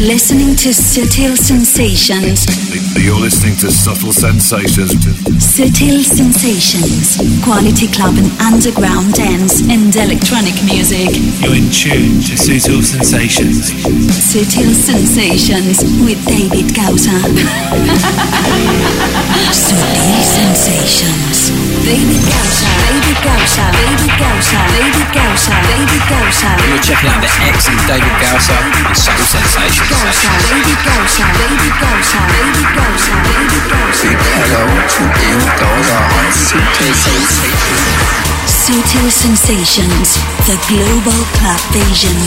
listening to Subtle Sensations. You're listening to Subtle Sensations. Subtle Sensations. Quality club and underground dance and electronic music. You're in tune to Subtle Sensations. Subtle Sensations with David Gausa. Subtle Sensations. David Gausa. David Gausa. David Gausa. David Gausa. David Gausa. You're checking out the excellent David Gausa and Subtle Sensations. Gausa. David Gausa. David Gausa. David Gausa. David Gausa. Hello to David Gausa on Subtle Sensations. Subtle Sensations, the global club vision.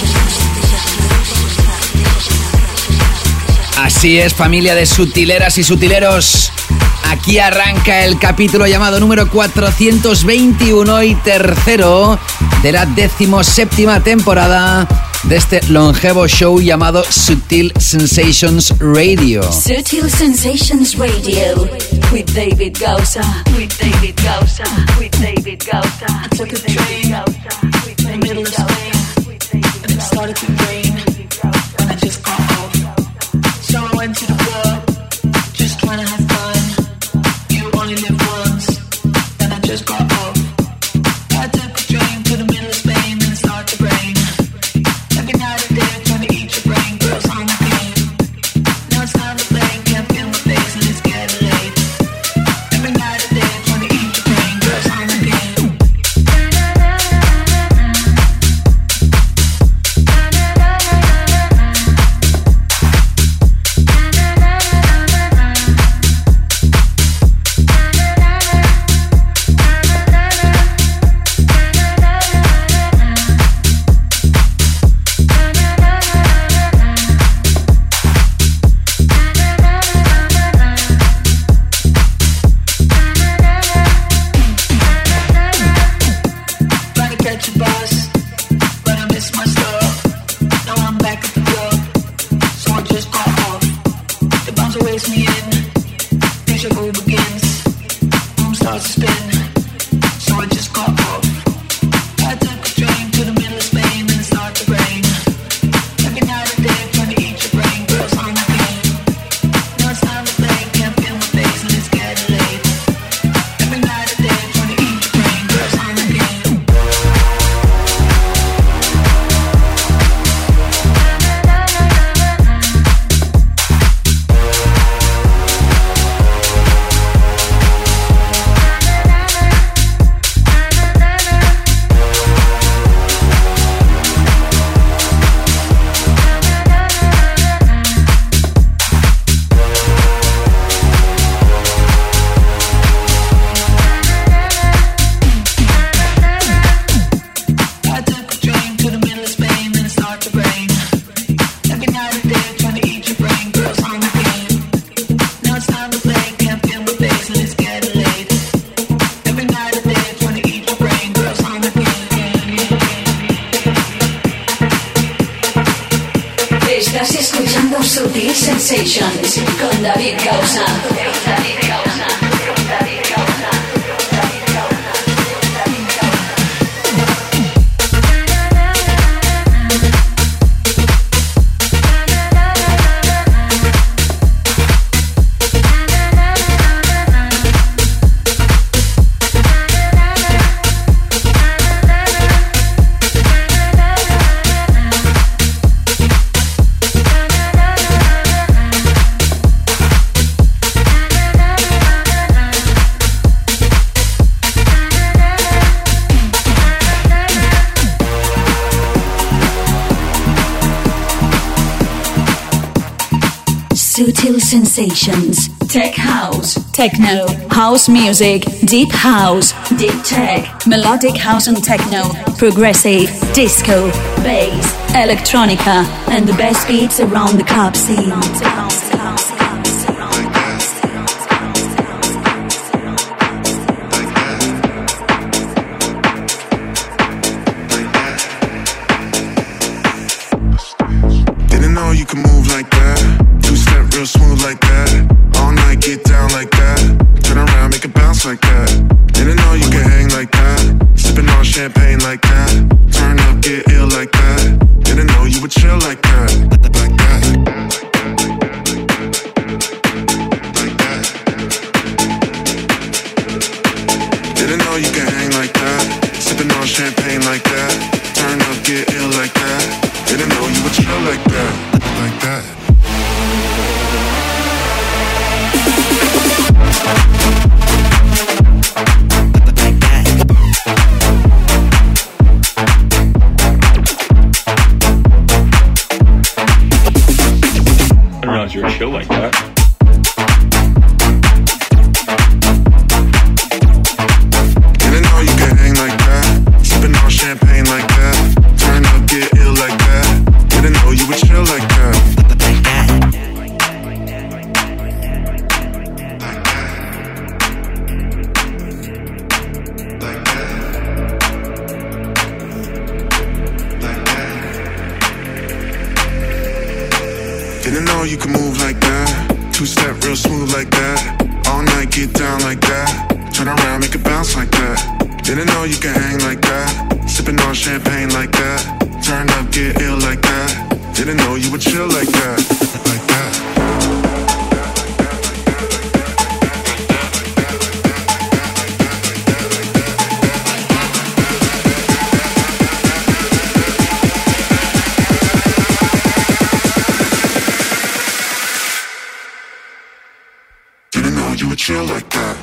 Así es, familia de sutileras y sutileros. Aquí arranca el capítulo llamado número 421 y tercero de la 17ª temporada de este longevo show llamado Subtle Sensations Radio. Subtle Sensations Radio with David Gausa. With David Gausa. With David Gausa. I took a train in the middle of Spain, and it started to rain, and I just got off. So I went to the club, just trying to have fun. You only live once, and I just got off. I took a train to the middle of Spain, and it started to rain. Every night and day, trying to eat your brain, girls on the game. Now it's time to play, can't feel my face, and it's getting late. Every night and day, trying to eat your brain, girls on the game. Sensations con David Gausa. Subtle Sensations, Tech House, Techno, House Music, Deep House, Deep Tech, Melodic House and Techno, Progressive, Disco, Bass, Electronica, and the best beats around the club scene. Didn't know you could move like that. Two-step real smooth like that. All night get down like that. Turn around, make it bounce like that. Didn't know you could hang like that. Sipping on champagne like that. Turn up, get ill like that. Didn't know you would chill like that. Like that. know you can hang like that. Sipping on champagne like that. Turn up, get ill like that. Didn't know you would chill like that. Like that. I didn't realize you were chill like that. Didn't know you could hang like that. Sipping on champagne like that. Turn up, get ill like that. Didn't know you would chill like that. Didn't know you could move like that. Two-step real smooth like that. All night get down like that. Turn around, make it bounce like that. Didn't know you could hang like that. Sipping on champagne like that. Turn up, get ill like that. Didn't know you would chill like that. Like that. You would chill like that.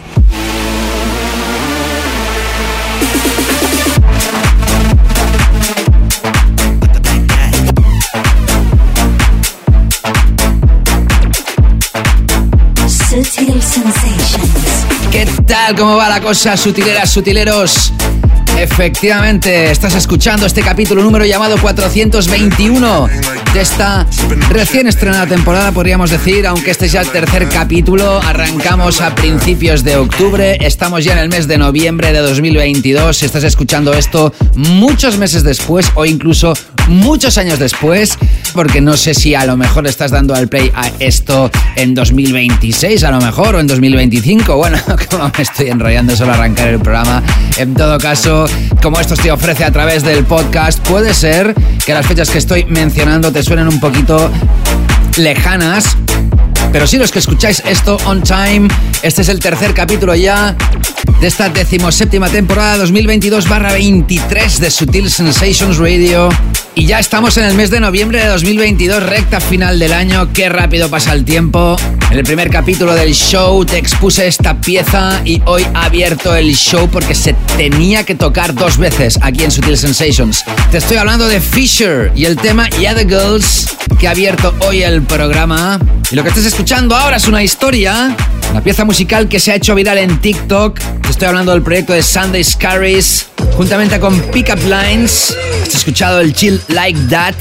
Sutil Sensations. ¿Qué tal? ¿Cómo va la cosa, sutileras, sutileros? Efectivamente, estás escuchando este capítulo número llamado 421 de esta recién estrenada temporada, podríamos decir, aunque este es ya el tercer capítulo. Arrancamos a principios de octubre, estamos ya en el mes de noviembre de 2022. Si estás escuchando esto muchos meses después o incluso muchos años después, porque no sé si a lo mejor estás dando al play a esto en 2026, a lo mejor, o en 2025. Bueno, como me estoy enrollando solo a arrancar el programa. En todo caso, como esto te ofrece a través del podcast, puede ser que las fechas que estoy mencionando te suenen un poquito lejanas, pero sí, los que escucháis esto on time, este es el tercer capítulo ya de esta 17ª temporada 2022/23 de Sutil Sensations Radio. Y ya estamos en el mes de noviembre de 2022, recta final del año. Qué rápido pasa el tiempo. En el primer capítulo del show te expuse esta pieza y hoy ha abierto el show porque se tenía que tocar dos veces aquí en Sutil Sensations. Te estoy hablando de Fisher y el tema Yeah The Girls, que ha abierto hoy el programa. Y lo que estás escuchando ahora es una historia, una pieza musical que se ha hecho viral en TikTok. Te estoy hablando del proyecto de Sunday Scaries, juntamente con Pickup Lines. Has escuchado el Chill Like That.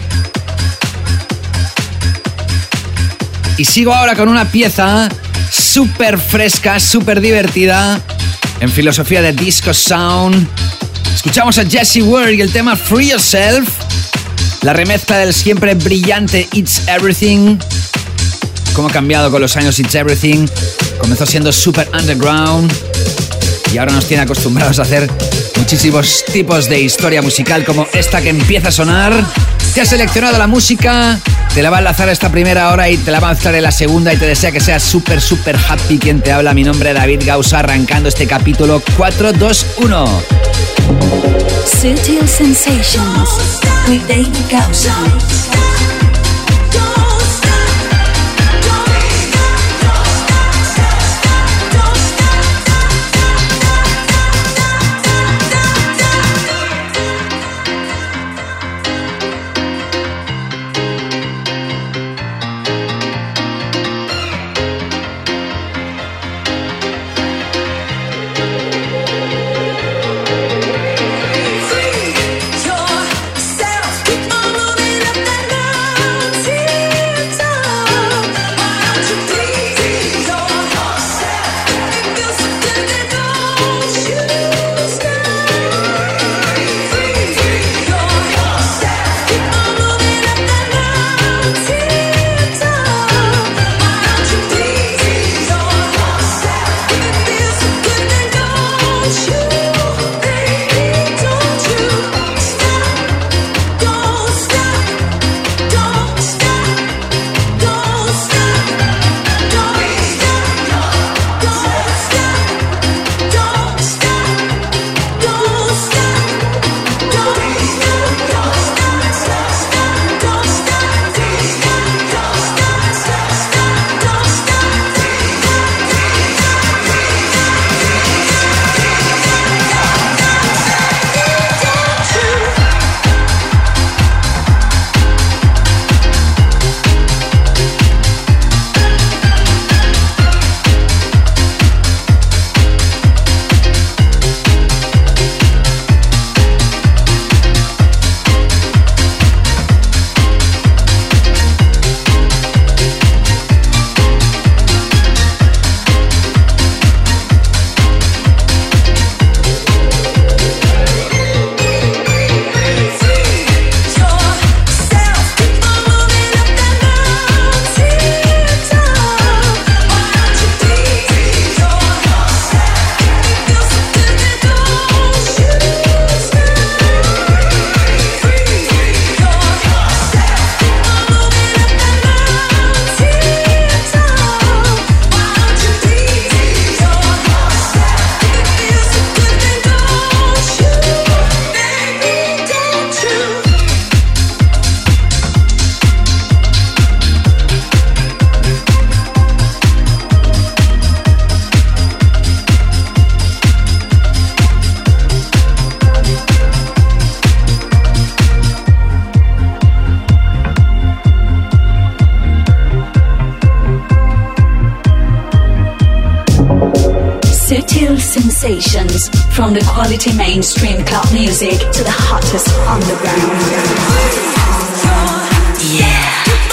Y sigo ahora con una pieza súper fresca, súper divertida, en filosofía de disco sound. Escuchamos a Jessie Ware y el tema Free Yourself, la remezcla del siempre brillante It's Everything. Cómo ha cambiado con los años It's Everything. Comenzó siendo super underground y ahora nos tiene acostumbrados a hacer muchísimos tipos de historia musical como esta que empieza a sonar. Te ha seleccionado la música, te la va a enlazar esta primera hora y te la va a mezclar en la segunda, y te desea que seas súper happy. Quien te habla, mi nombre es David Gausa, arrancando este capítulo 421. Sutil Sensations with David Gausa. Yourself, keep on moving up that road. Sensations. From the quality mainstream club music to the hottest underground. Yeah.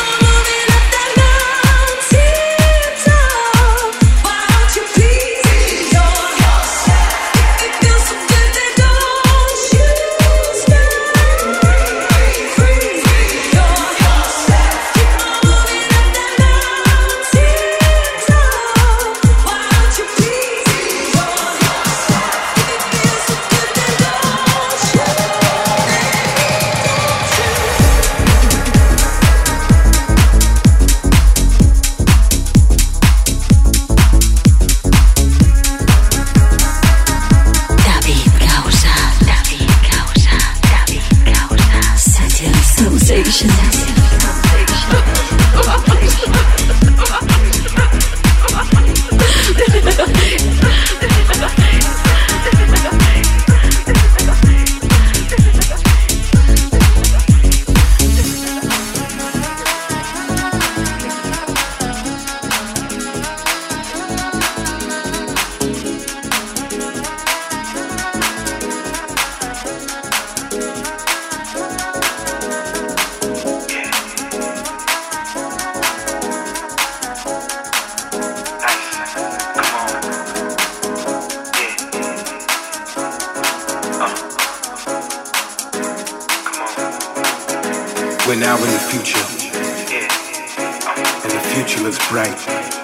We're now in the future, and the future looks bright.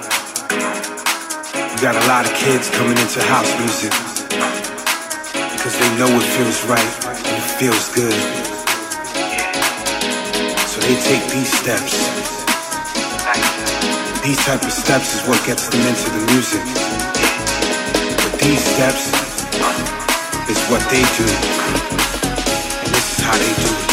We got a lot of kids coming into house music because they know it feels right and it feels good. So they take these steps. These type of steps is what gets them into the music. But these steps is what they do, and this is how they do it.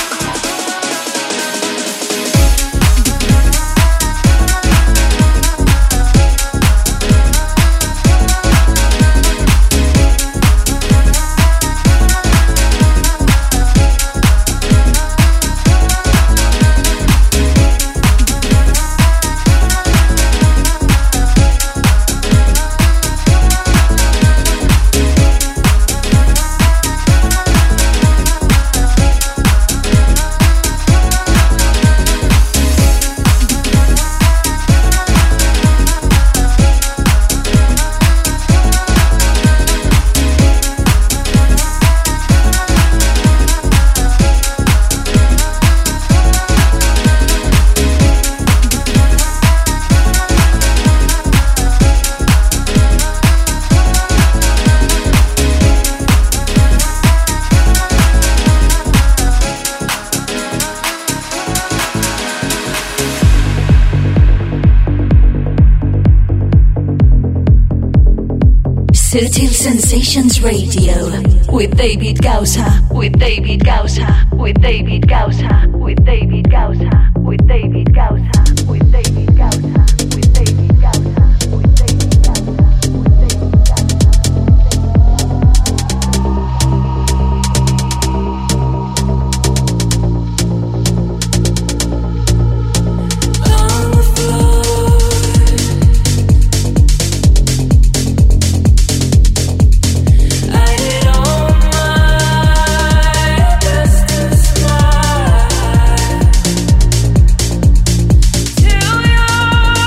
Sutil Sensations Radio with David Gausa, with David Gausa, with David Gausa, with David Gausa, with David Gausa, with David Gausa, with David Gausa, with David Till you're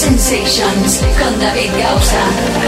Sensations con David Gausa.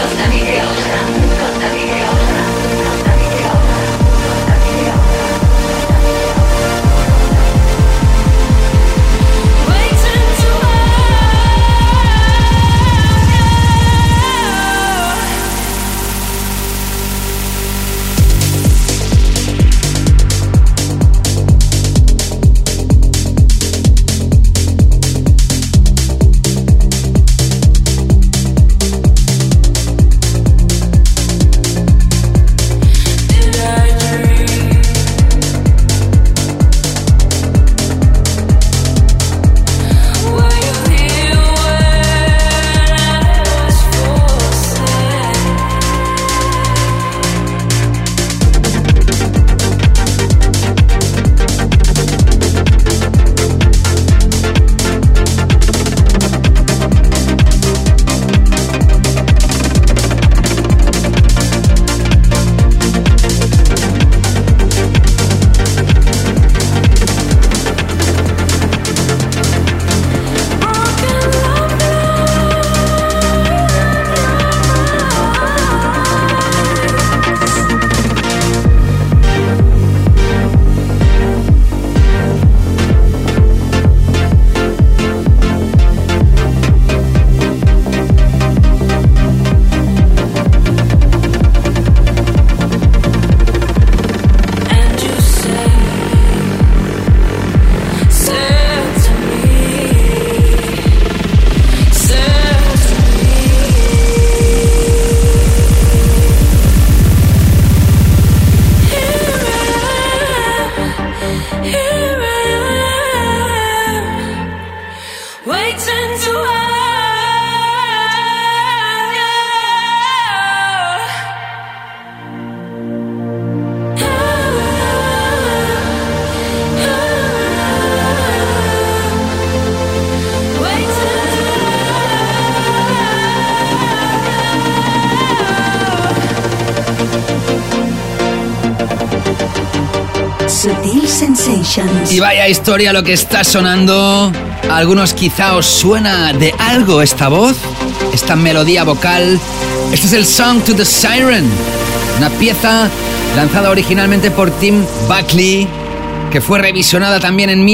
Sutil Sensations. Y vaya historia lo que está sonando. A algunos quizá os suena de algo esta voz, esta melodía vocal. Este es el Song to the Siren, una pieza lanzada originalmente por Tim Buckley, que fue revisionada también en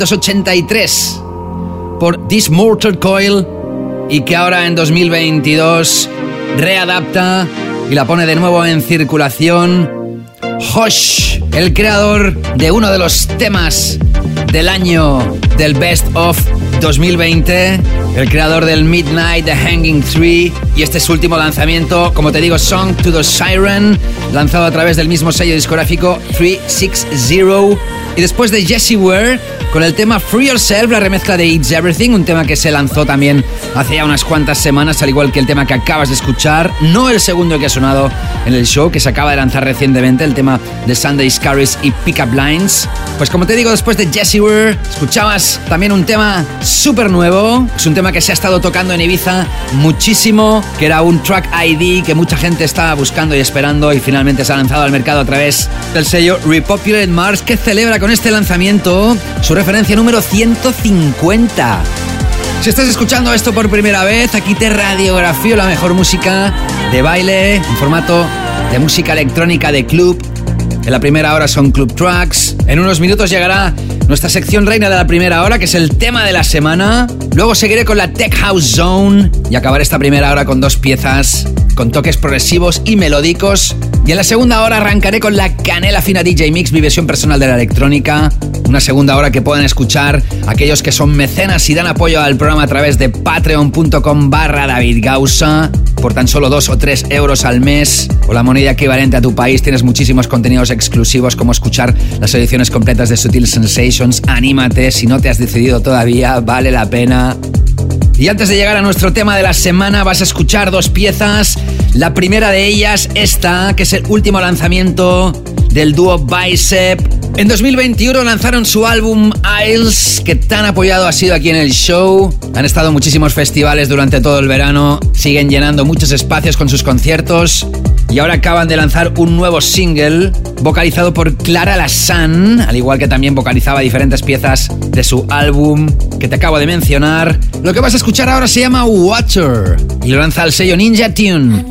1983 por This Mortal Coil y que ahora en 2022 readapta y la pone de nuevo en circulación Hosh, el creador de uno de los temas del año del Best of 2020, el creador del Midnight, The Hanging Tree, y este es su último lanzamiento, como te digo, Song to the Siren, lanzado a través del mismo sello discográfico 360. Y después de Jessie Ware, con el tema Free Yourself, la remezcla de It's Everything, un tema que se lanzó también hace ya unas cuantas semanas, al igual que el tema que acabas de escuchar, no el segundo que ha sonado en el show, que se acaba de lanzar recientemente, el tema de Sunday Scaries y Pickup Lines. Pues como te digo, después de Jessie Ware, escuchabas también un tema súper nuevo, es un tema que se ha estado tocando en Ibiza muchísimo, que era un track ID que mucha gente estaba buscando y esperando, y finalmente se ha lanzado al mercado a través del sello Repopulated Mars, que celebra con este lanzamiento su referencia número 150. Si estás escuchando esto por primera vez, aquí te radiografío la mejor música de baile en formato de música electrónica de club. En la primera hora son club tracks. En unos minutos llegará nuestra sección reina de la primera hora, que es el tema de la semana. Luego seguiré con la Tech House Zone y acabaré esta primera hora con dos piezas con toques progresivos y melódicos. Y en la segunda hora arrancaré con la canela fina DJ Mix, mi versión personal de la electrónica. Una segunda hora que pueden escuchar aquellos que son mecenas y dan apoyo al programa a través de patreon.com/David Gausa. Por tan solo 2 o 3 euros al mes, o la moneda equivalente a tu país, tienes muchísimos contenidos exclusivos, como escuchar las ediciones completas de Sutil Sensations. Anímate, si no te has decidido todavía, vale la pena. Y antes de llegar a nuestro tema de la semana, vas a escuchar dos piezas. La primera de ellas, esta, que es el último lanzamiento del dúo Bicep. En 2021 lanzaron su álbum Isles, que tan apoyado ha sido aquí en el show. Han estado en muchísimos festivales durante todo el verano, siguen llenando muchos espacios con sus conciertos. Y ahora acaban de lanzar un nuevo single vocalizado por Clara Lassan, al igual que también vocalizaba diferentes piezas de su álbum que te acabo de mencionar. Lo que vas a escuchar ahora se llama Water y lo lanza el sello Ninja Tune.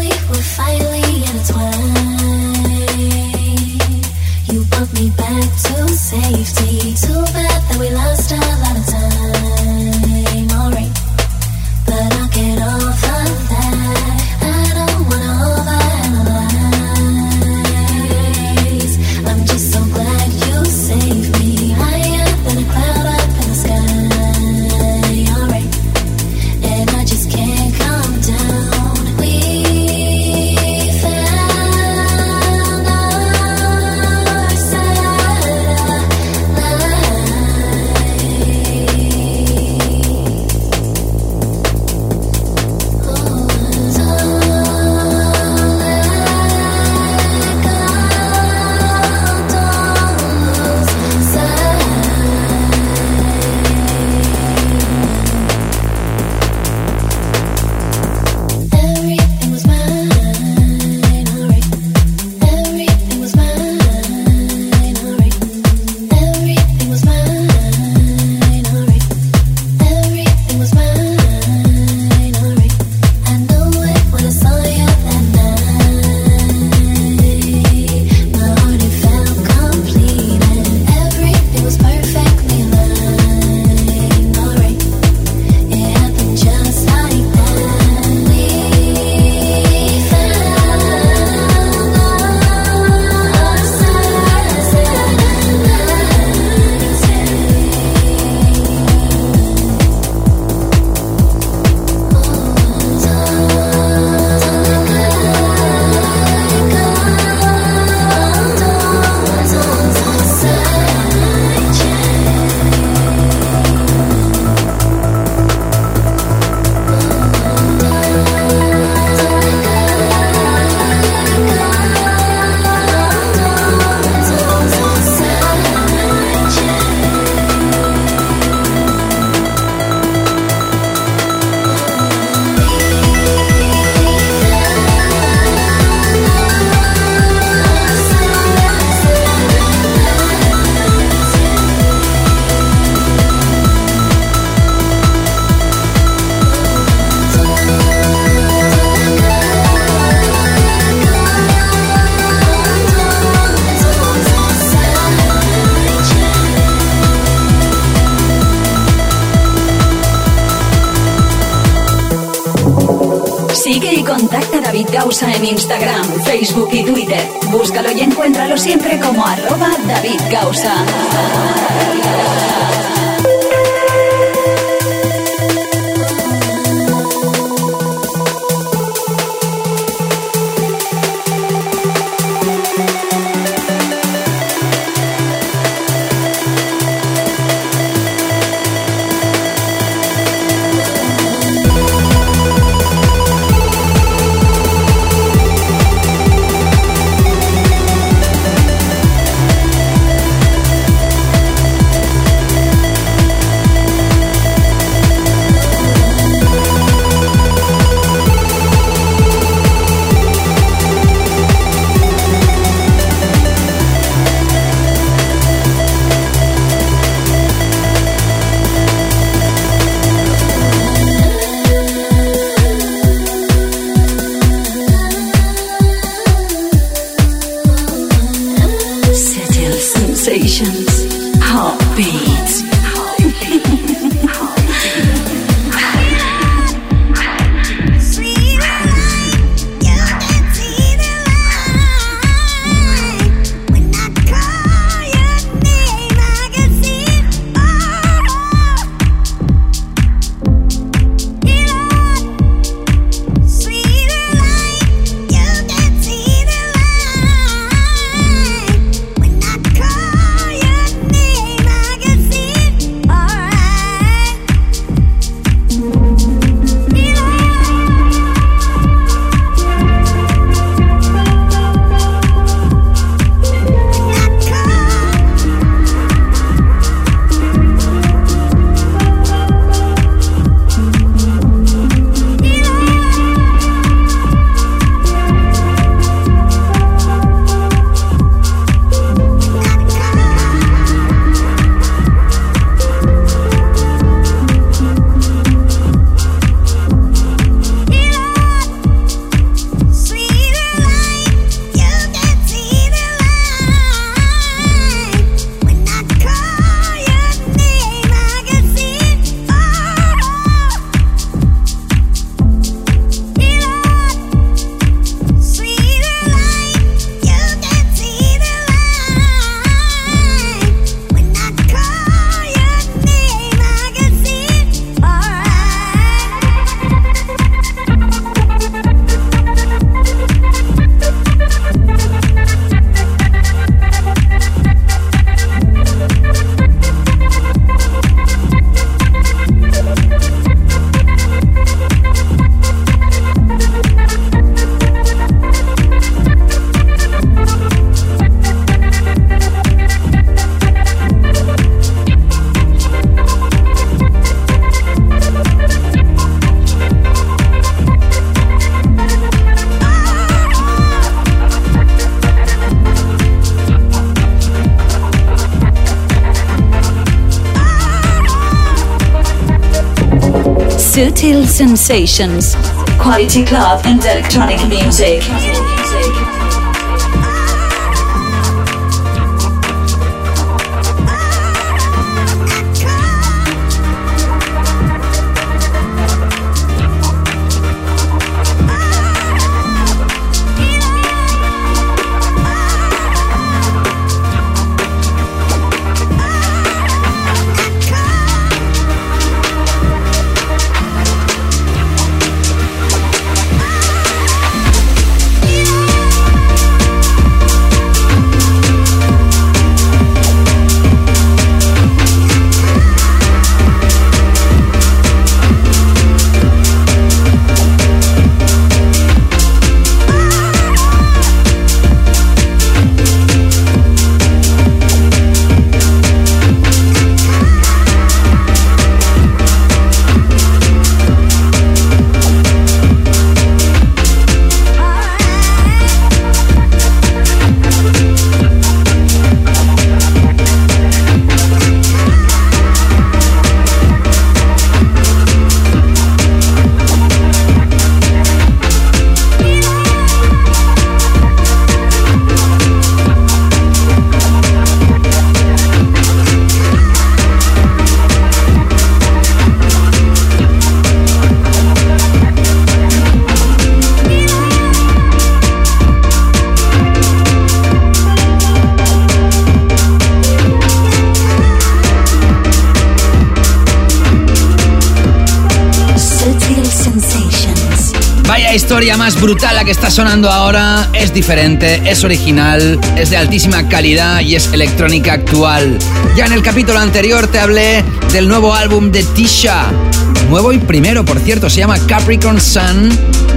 Sigue y contacta a David Gausa en Instagram, Facebook y Twitter. Búscalo y encuéntralo siempre como @David Gausa. Sutil Sensations, quality club and electronic music. Historia más brutal la que está sonando ahora. Es diferente, es original, es de altísima calidad y es electrónica actual. Ya en el capítulo anterior te hablé del nuevo álbum de Tisha. Nuevo y primero, por cierto, se llama Capricorn Sun.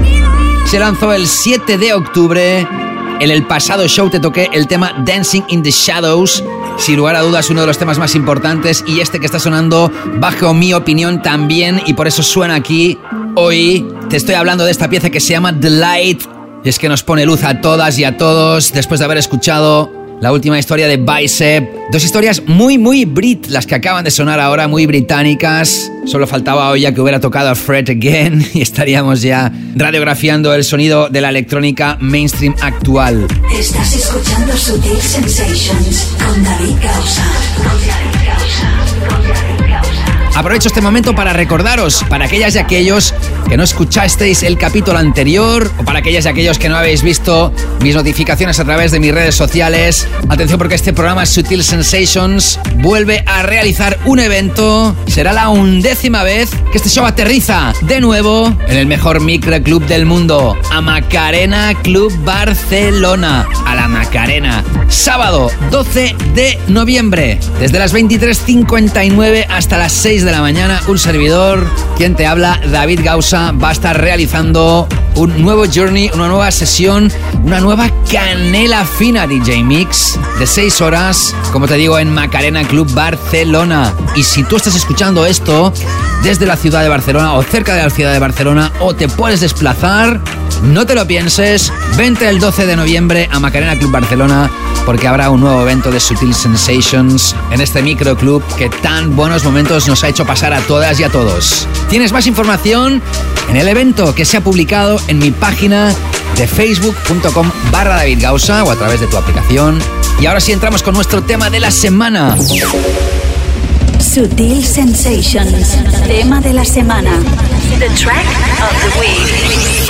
Se lanzó el 7 de octubre. En el pasado show te toqué el tema Dancing in the Shadows. Sin lugar a dudas, uno de los temas más importantes. Y este que está sonando, bajo mi opinión, también. Y por eso suena aquí. Hoy te estoy hablando de esta pieza que se llama The Light. Y es que nos pone luz a todas y a todos después de haber escuchado la última historia de Bicep. Dos historias muy Brit, las que acaban de sonar ahora, muy británicas. Solo faltaba hoy ya que hubiera tocado a Fred Again y estaríamos ya radiografiando el sonido de la electrónica mainstream actual. Estás escuchando Sutil Sensations con David Gausa. Aprovecho este momento para recordaros, para aquellas y aquellos que no escuchasteis el capítulo anterior o para aquellas y aquellos que no habéis visto mis notificaciones a través de mis redes sociales, atención porque este programa Sutil Sensations vuelve a realizar un evento. Será la 11ª vez que este show aterriza de nuevo en el mejor microclub del mundo, a Macarena Club Barcelona. A la Macarena. Sábado 12 de noviembre, desde las 23:59 hasta las 6 de la mañana, un servidor, quien te habla, David Gausa, va a estar realizando un nuevo journey, una nueva sesión, una nueva canela fina DJ Mix de 6 horas, como te digo, en Macarena Club Barcelona. Y si tú estás escuchando esto desde la ciudad de Barcelona o cerca de la ciudad de Barcelona o te puedes desplazar, no te lo pienses, vente el 12 de noviembre a Macarena Club Barcelona porque habrá un nuevo evento de Sutil Sensations en este microclub que tan buenos momentos nos ha hecho pasar a todas y a todos. Tienes más información en el evento que se ha publicado en mi página de facebook.com/David Gausa o a través de tu aplicación. Y ahora sí entramos con nuestro tema de la semana. Sutil Sensations, tema de la semana. The track of the week.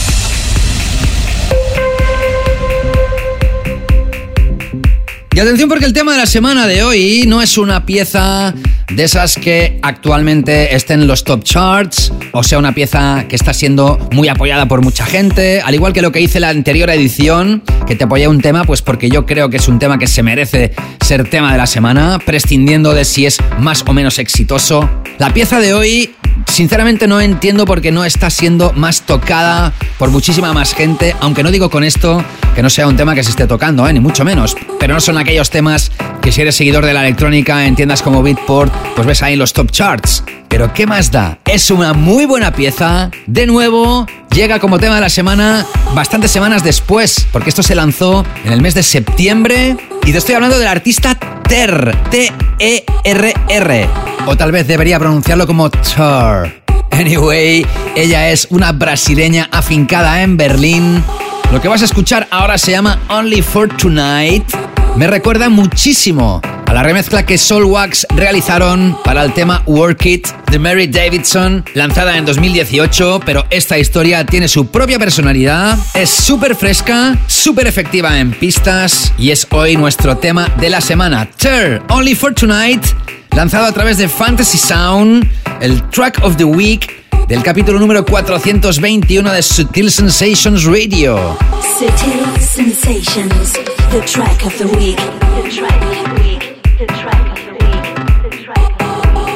Y atención porque el tema de la semana de hoy no es una pieza de esas que actualmente estén en los top charts, o sea, una pieza que está siendo muy apoyada por mucha gente, al igual que lo que hice la anterior edición, que te apoyé un tema, pues porque yo creo que es un tema que se merece ser tema de la semana, prescindiendo de si es más o menos exitoso. La pieza de hoy, sinceramente no entiendo por qué no está siendo más tocada por muchísima más gente, aunque no digo con esto que no sea un tema que se esté tocando, ni mucho menos, pero no son aquellos temas que si eres seguidor de la electrónica en tiendas como Beatport, pues ves ahí en los top charts. Pero ¿qué más da? Es una muy buena pieza. De nuevo, llega como tema de la semana bastantes semanas después, porque esto se lanzó en el mes de septiembre. Y te estoy hablando del artista Terr, T-E-R-R. O tal vez debería pronunciarlo como Terr. Anyway, ella es una brasileña afincada en Berlín. Lo que vas a escuchar ahora se llama Only for Tonight. Me recuerda muchísimo a la remezcla que Soulwax realizaron para el tema Work It de Mary Davidson, lanzada en 2018, pero esta historia tiene su propia personalidad, es súper fresca, súper efectiva en pistas y es hoy nuestro tema de la semana. Ter, Only for Tonight, lanzado a través de Fantasy Sound, el Track of the Week del capítulo número 421 de Sutil Sensations Radio. Sutil Sensations, the track of the week. The track of the week. The track of the week. The track of the week.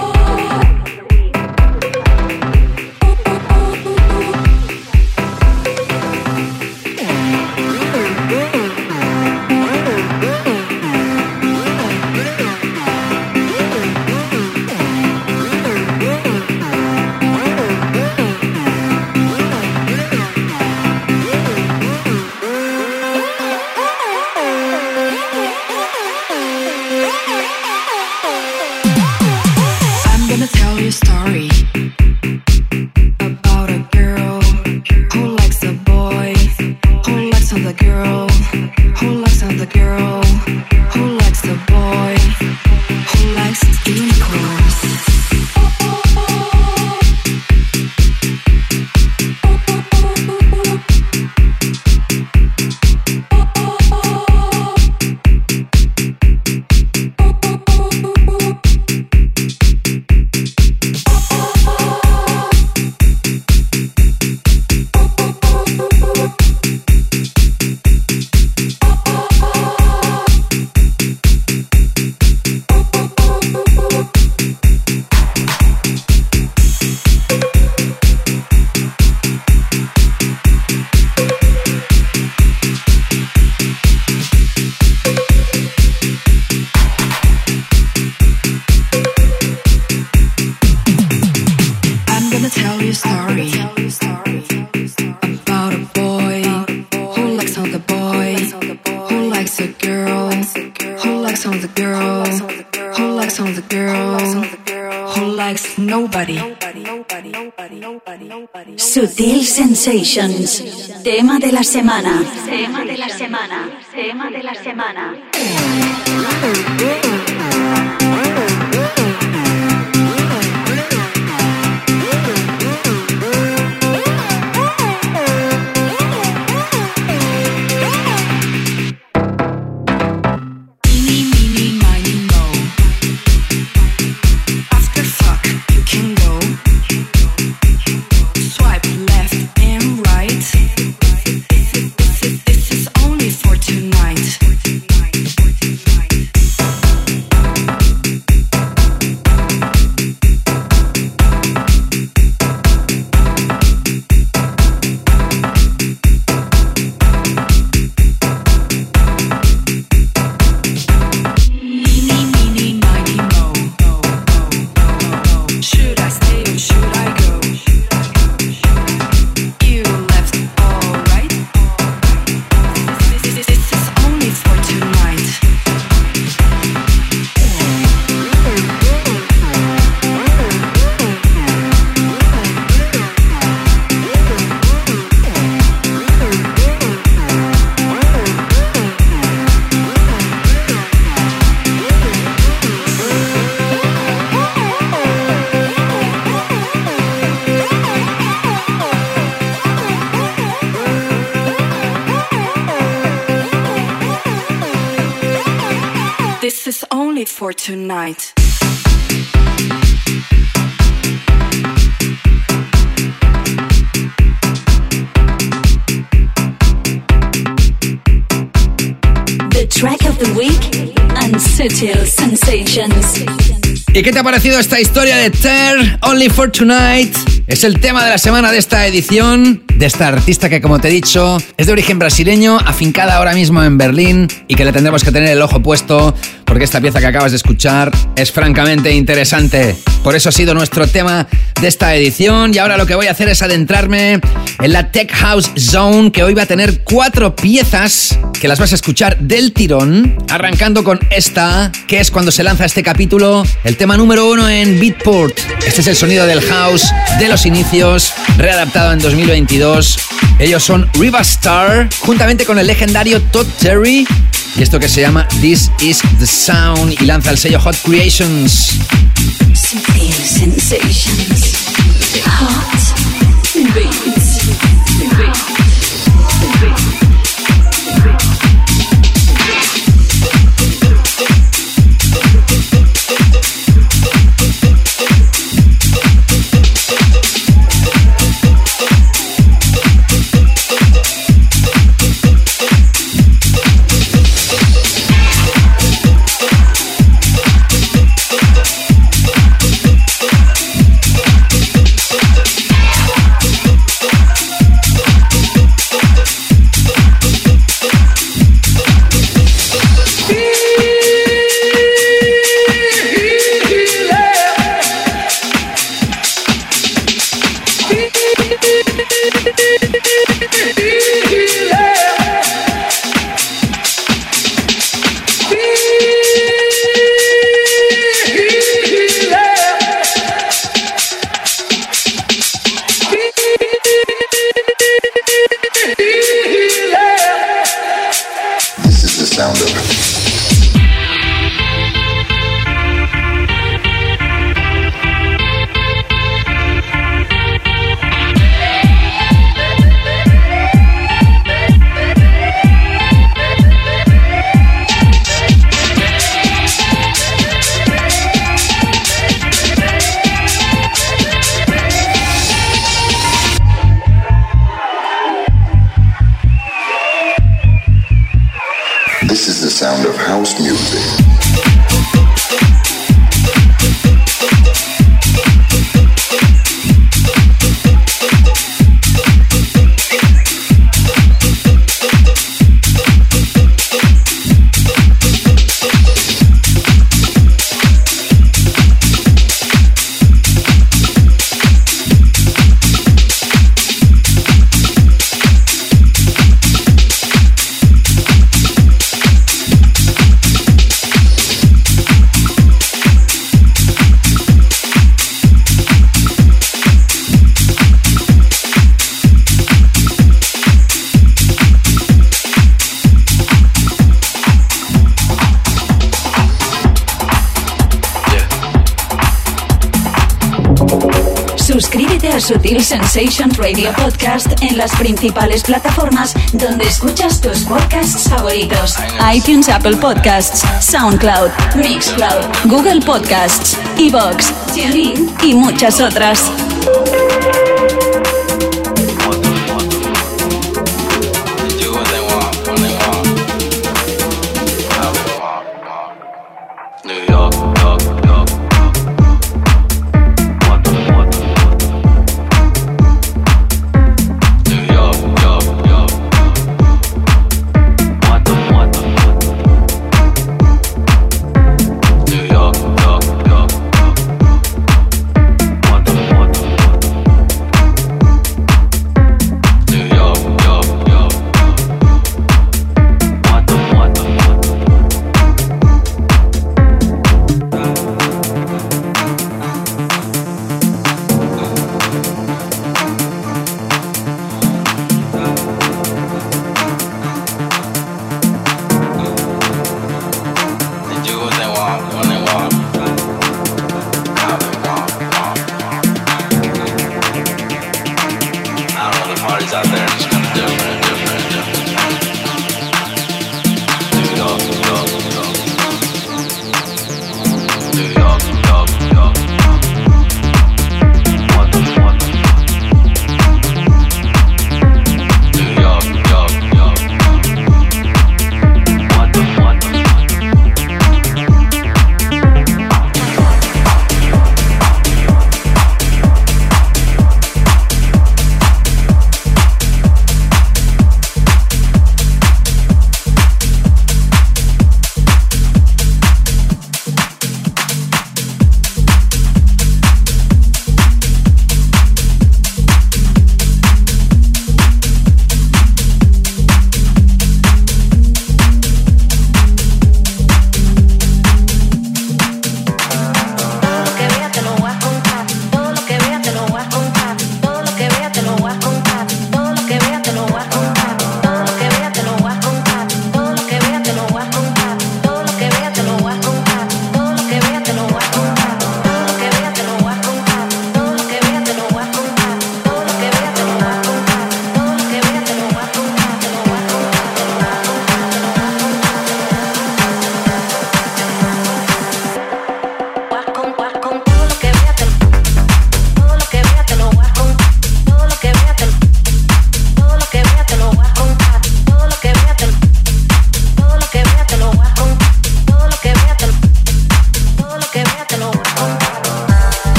Story about a girl who likes a boy, who likes another girl, who likes another girl, who likes a boy, who likes unicorns. Sutil Sensations, tema de la semana. Tema de la semana. Tema de la semana. For tonight. The track of the week and Sutil Sensations. ¿Y qué te ha parecido esta historia de Ter, Only for Tonight? Es el tema de la semana de esta edición. de esta artista que, como te he dicho, es de origen brasileño, afincada ahora mismo en Berlín y que le tendremos que tener el ojo puesto porque esta pieza que acabas de escuchar es francamente interesante. Por eso ha sido nuestro tema de esta edición y ahora lo que voy a hacer es adentrarme en la Tech House Zone, que hoy va a tener 4 piezas que las vas a escuchar del tirón, arrancando con esta, que es cuando se lanza este capítulo, el tema número 1 en Beatport. Este es el sonido del house de los inicios, readaptado en 2022. Ellos son Riva Starr, juntamente con el legendario Todd Terry, y esto que se llama This Is The Sound, y lanza el sello Hot Creations. Sutil sensations, hot beats. Suscríbete a Sutil Sensations Radio Podcast en las principales plataformas donde escuchas tus podcasts favoritos: iTunes, Apple Podcasts, SoundCloud, Mixcloud, Google Podcasts, iVoox, TuneIn y muchas otras.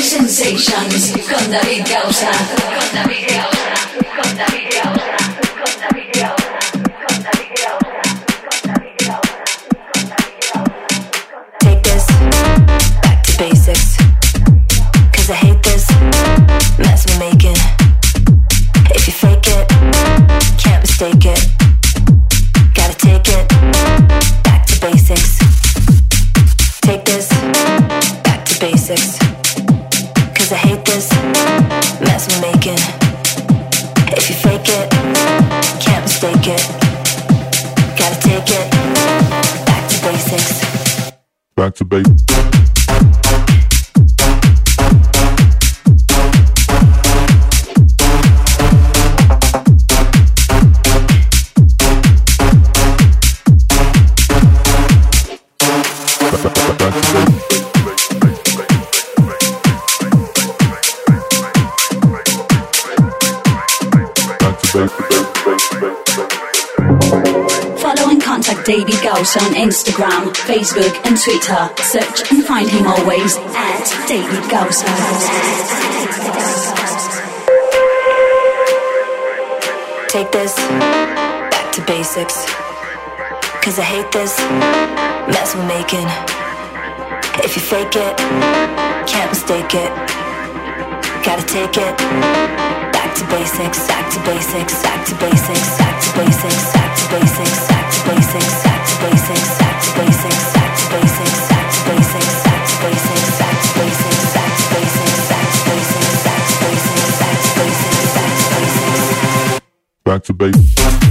Sensations con David Gausa. Take this back to basics, 'cause I hate this mess we're making. If you fake it, can't mistake it. Gotta take it back to basics. Take this back to basics, 'cause I hate this mess we're making. If you fake it, can't mistake it. Gotta take it back to basics. Back to basics. Follow and contact David Gausa on Instagram, Facebook and Twitter. Search and find him always at David Gausa. Take this back to basics, 'cause I hate this mess we're making. If you fake it, can't mistake it. Gotta take it back to basics, back to basics, back to basics, back to basics, back to basics, back to basics, back to basics, back to basics, back to basics, back to basics, back to basics, back to basics, back to basics, back to basics, back to basics, back to basics, back to basics. Back to basics.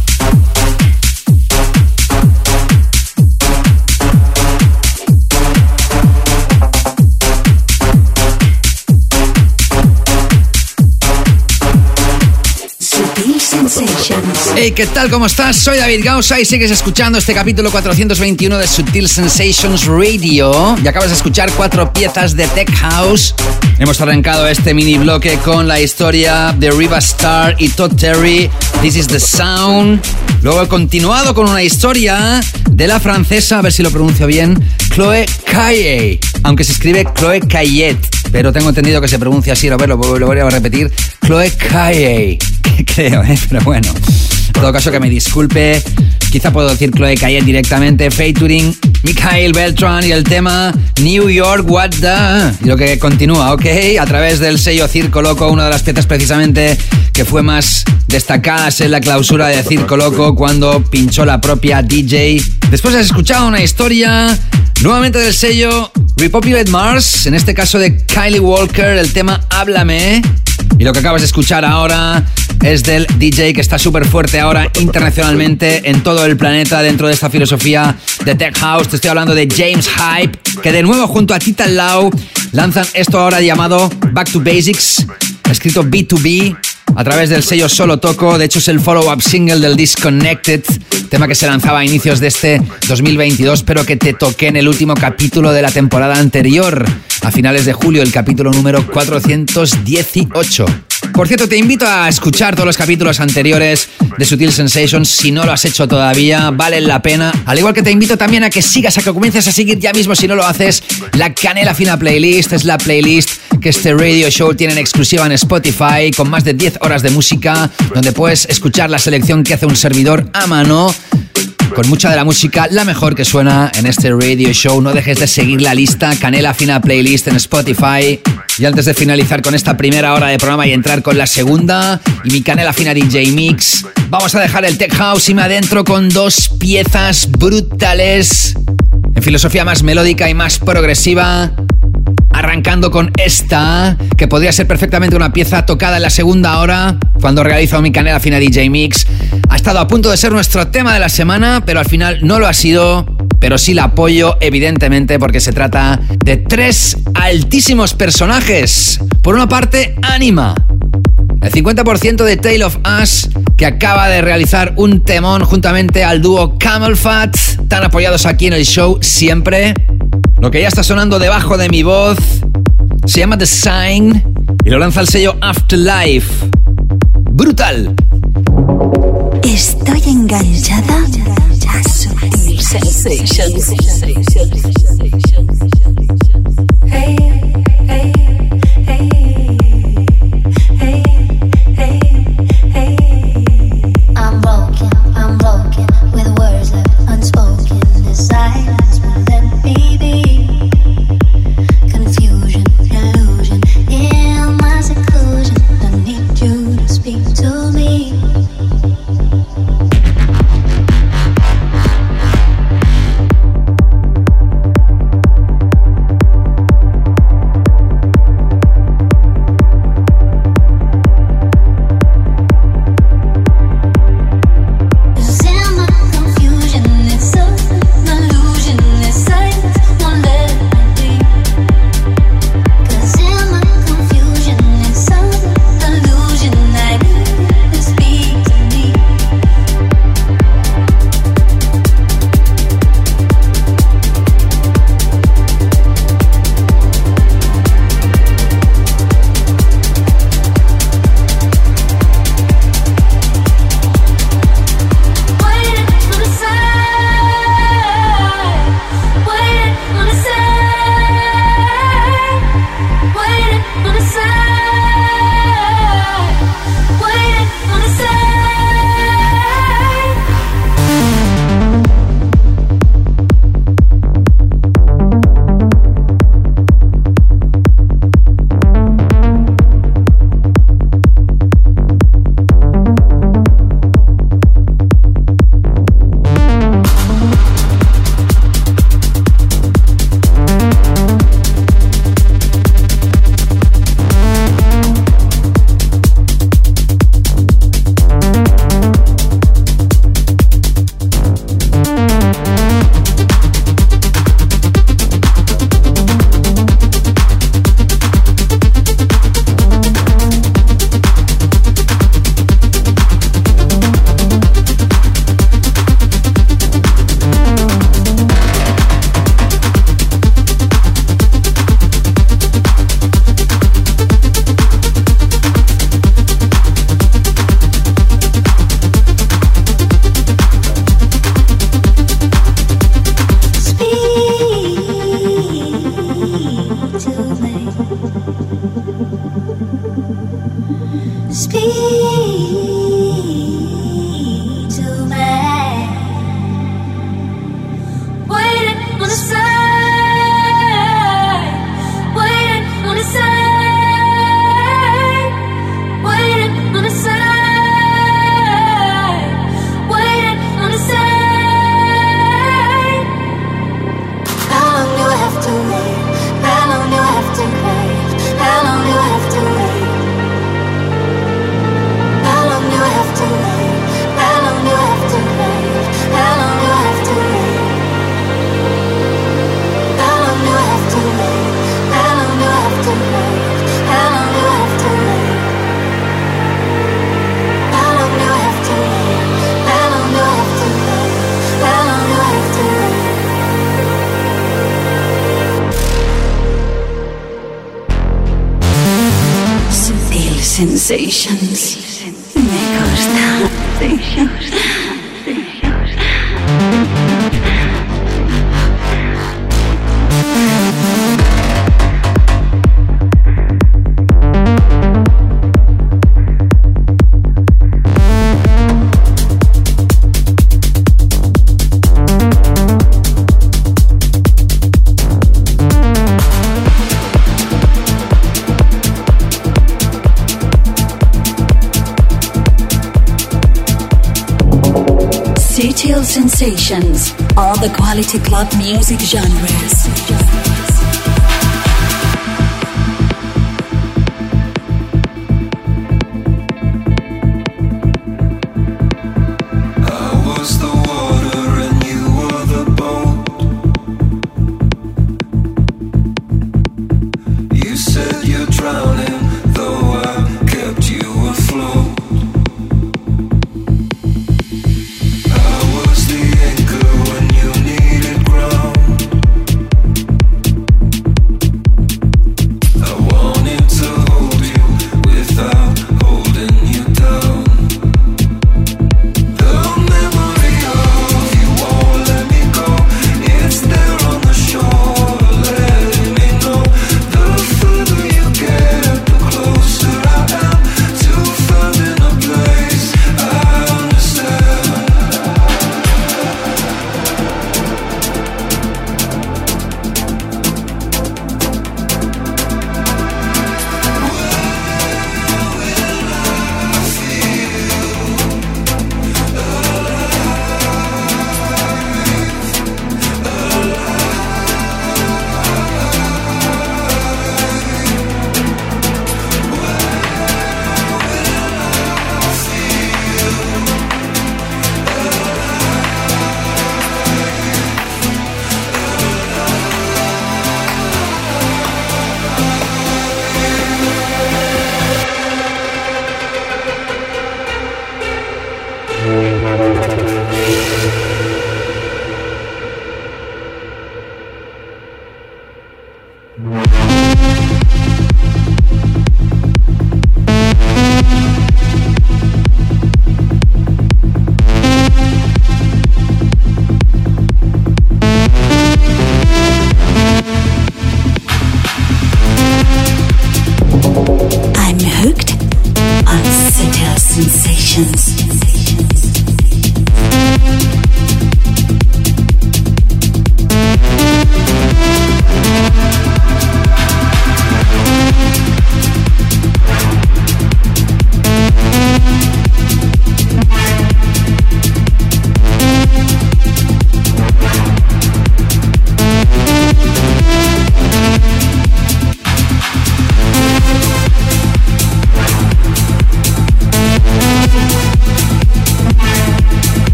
Hey, ¿qué tal? ¿Cómo estás? Soy David Gausa y sigues escuchando este capítulo 421 de Sutil Sensations Radio. Y acabas de escuchar 4 piezas de Tech House. Hemos arrancado este mini bloque con la historia de Riva Starr y Todd Terry, This is the Sound. Luego he continuado con una historia de la francesa, a ver si lo pronuncio bien, Chloé Caillet, aunque se escribe Chloé Caillet, pero tengo entendido que se pronuncia así. Lo voy a repetir, Chloé Caillet, creo, pero bueno. En todo caso, que me disculpe. Quizá puedo decir Chloé Caillet directamente. Featuring Mikhail Beltran y el tema New York What the. Y lo que continúa, ¿ok? A través del sello Circo Loco, una de las piezas precisamente que fue más destacadas en la clausura de Circo Loco cuando pinchó la propia DJ. Después has escuchado una historia nuevamente del sello Repopulate Mars, en este caso de Kylie Walker, el tema Háblame. Y lo que acabas de escuchar ahora es del DJ que está súper fuerte ahora internacionalmente en todo el planeta dentro de esta filosofía de Tech House. Te estoy hablando de James Hype, que de nuevo junto a Tita Lau lanzan esto ahora llamado Back to Basics, escrito B2B, a través del sello Solo Toco. De hecho es el follow-up single del Disconnected, tema que se lanzaba a inicios de este 2022, pero que te toqué en el último capítulo de la temporada anterior, a finales de julio, el capítulo número 418. Por cierto, te invito a escuchar todos los capítulos anteriores de Sutil Sensations. Si no lo has hecho todavía, valen la pena. Al igual que te invito también a que sigas, a que comiences a seguir ya mismo, si no lo haces, la Canela Fina Playlist. Es la playlist que este radio show tiene en exclusiva en Spotify, con más de 10 horas de música, donde puedes escuchar la selección que hace un servidor a mano, con mucha de la música, la mejor que suena en este radio show. No dejes de seguir la lista Canela Fina Playlist en Spotify. Y antes de finalizar con esta primera hora de programa y entrar con la segunda y mi Canela Fina DJ Mix, vamos a dejar el Tech House y me adentro con 2 piezas brutales en filosofía más melódica y más progresiva. Arrancando con esta, que podría ser perfectamente una pieza tocada en la segunda hora, cuando realizo mi Canela Fina DJ Mix. Ha estado a punto de ser nuestro tema de la semana, pero al final no lo ha sido. Pero sí la apoyo, evidentemente, porque se trata de 3 altísimos personajes. Por una parte, Anima, el 50% de Tale of Us, que acaba de realizar un temón juntamente al dúo Camel Fat, tan apoyados aquí en el show siempre. Lo que ya está sonando debajo de mi voz se llama The Sign y lo lanza el sello Afterlife. ¡Brutal! Estoy enganchada a Sutil Sensations. Hey, hey, Sensations. Me gusta. Sutil sensations, all the quality club music genres.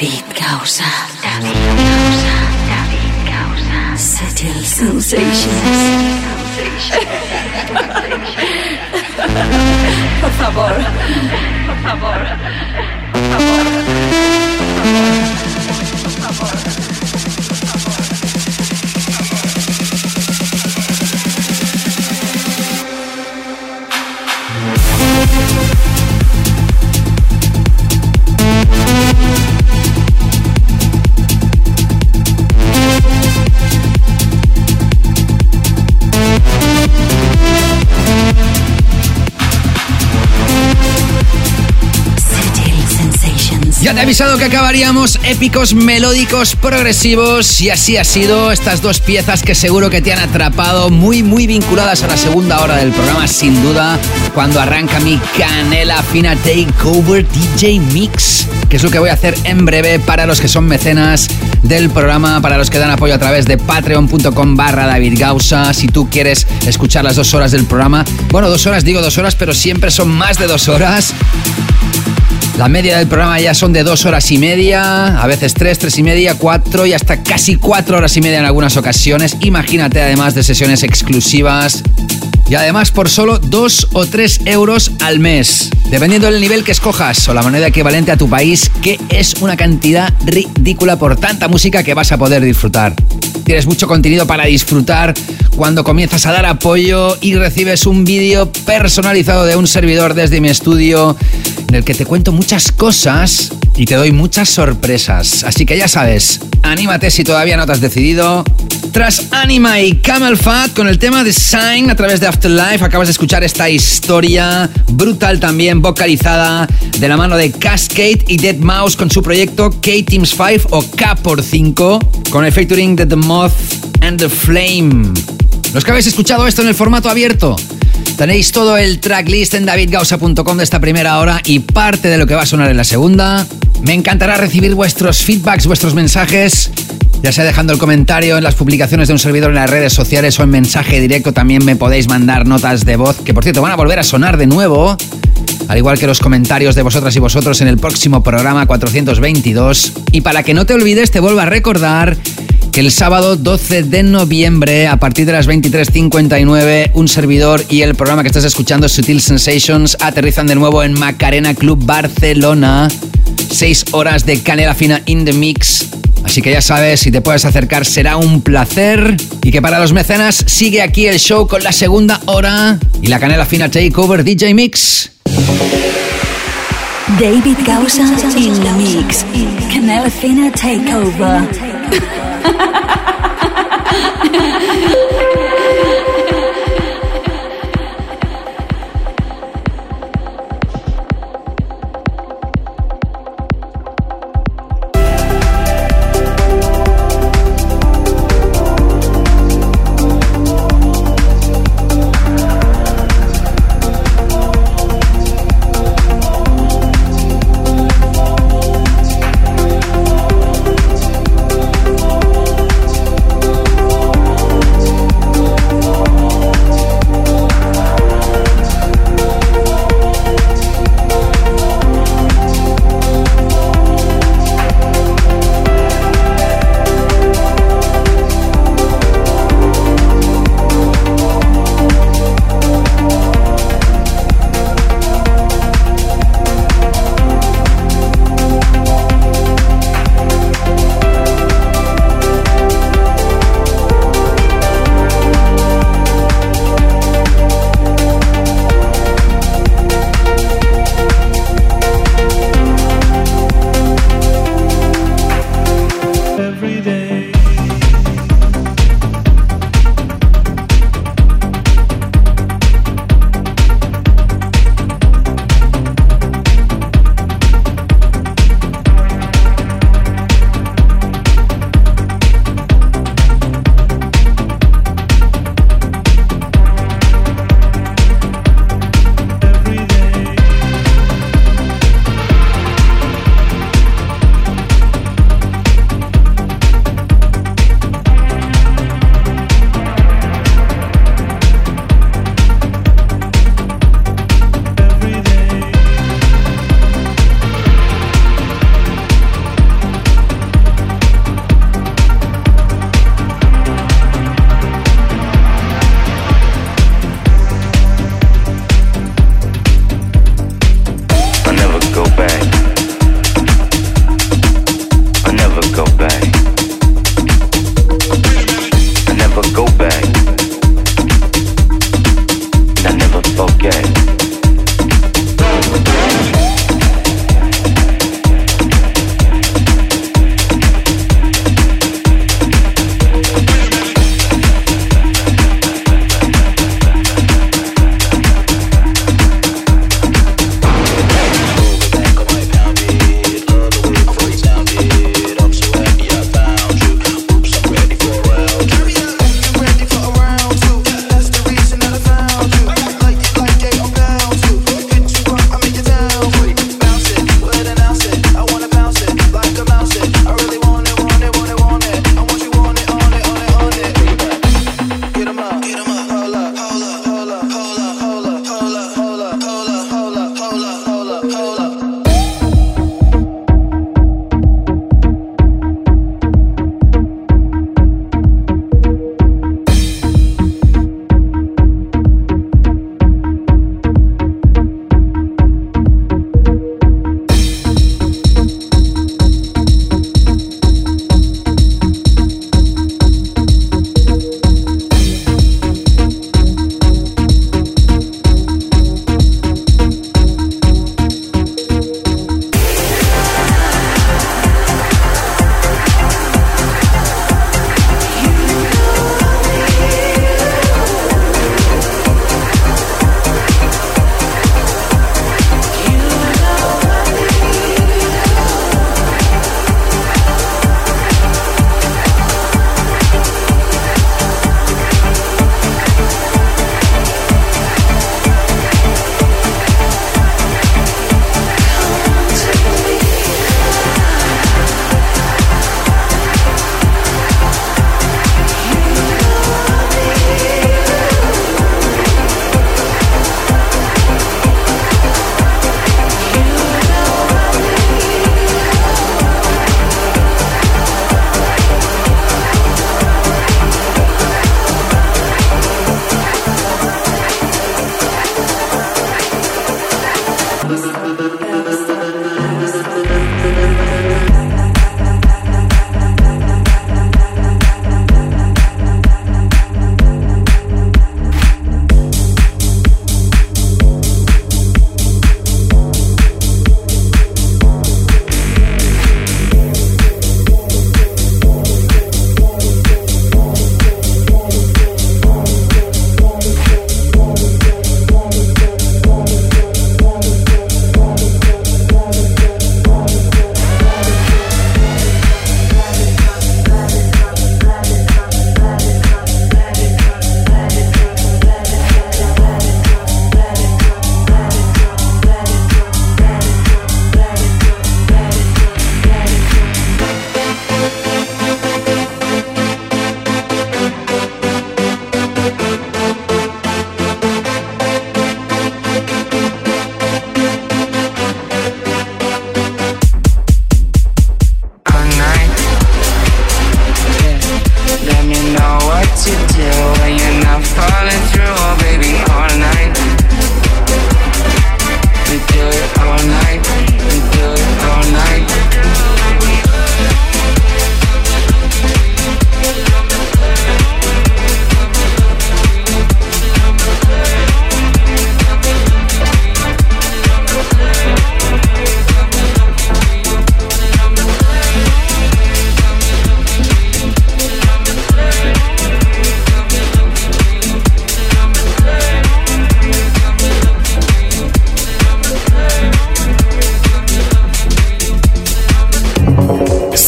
David Gausa. David Gausa. David Gausa. Subtle Sensations. Por favor. Por favor. Por favor. Por favor. Ya te he avisado que acabaríamos épicos, melódicos, progresivos, y así ha sido. Estas dos piezas que seguro que te han atrapado, muy vinculadas a la segunda hora del programa, sin duda, cuando arranca mi Canela Fina Takeover DJ Mix, que es lo que voy a hacer en breve para los que son mecenas del programa, para los que dan apoyo a través de patreon.com/David Gausa. Si tú quieres escuchar las 2 horas del programa, bueno, 2 horas, digo 2 horas, pero siempre son más de 2 horas. La media del programa ya son de 2 horas y media, a veces 3 y media, 4 y hasta casi 4 horas y media en algunas ocasiones. Imagínate, además de sesiones exclusivas. Y además por solo 2 o 3 euros al mes, dependiendo del nivel que escojas o la moneda equivalente a tu país, que es una cantidad ridícula por tanta música que vas a poder disfrutar. Tienes mucho contenido para disfrutar cuando comienzas a dar apoyo y recibes un vídeo personalizado de un servidor desde mi estudio, en el que te cuento muchas cosas y te doy muchas sorpresas. Así que ya sabes, anímate si todavía no te has decidido. Tras Anima y Camel Fat con el tema de Sign a través de Afterlife, acabas de escuchar esta historia brutal, también vocalizada de la mano de Cascade y Deadmau5 con su proyecto K-Teams5 o K×5, con el featuring de The Moth and the Flame. Los que habéis escuchado esto en el formato abierto, tenéis todo el tracklist en davidgausa.com de esta primera hora y parte de lo que va a sonar en la segunda. Me encantará recibir vuestros feedbacks, vuestros mensajes, ya sea dejando el comentario en las publicaciones de un servidor en las redes sociales o en mensaje directo. También me podéis mandar notas de voz, que por cierto van a volver a sonar de nuevo, al igual que los comentarios de vosotras y vosotros en el próximo programa 422. Y para que no te olvides, te vuelvo a recordar que el sábado 12 de noviembre, a partir de las 23:59, un servidor y el programa que estás escuchando, Subtle Sensations, aterrizan de nuevo en Macarena Club Barcelona. 6 horas de Canela Fina in the Mix. Así que ya sabes, si te puedes acercar será un placer. Y que para los mecenas sigue aquí el show con la segunda hora y la Canela Fina Takeover DJ Mix. David Gausa in the Mix. Canela Fina Takeover.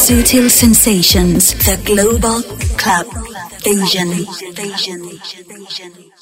Sutil Sensations, the global club Asian.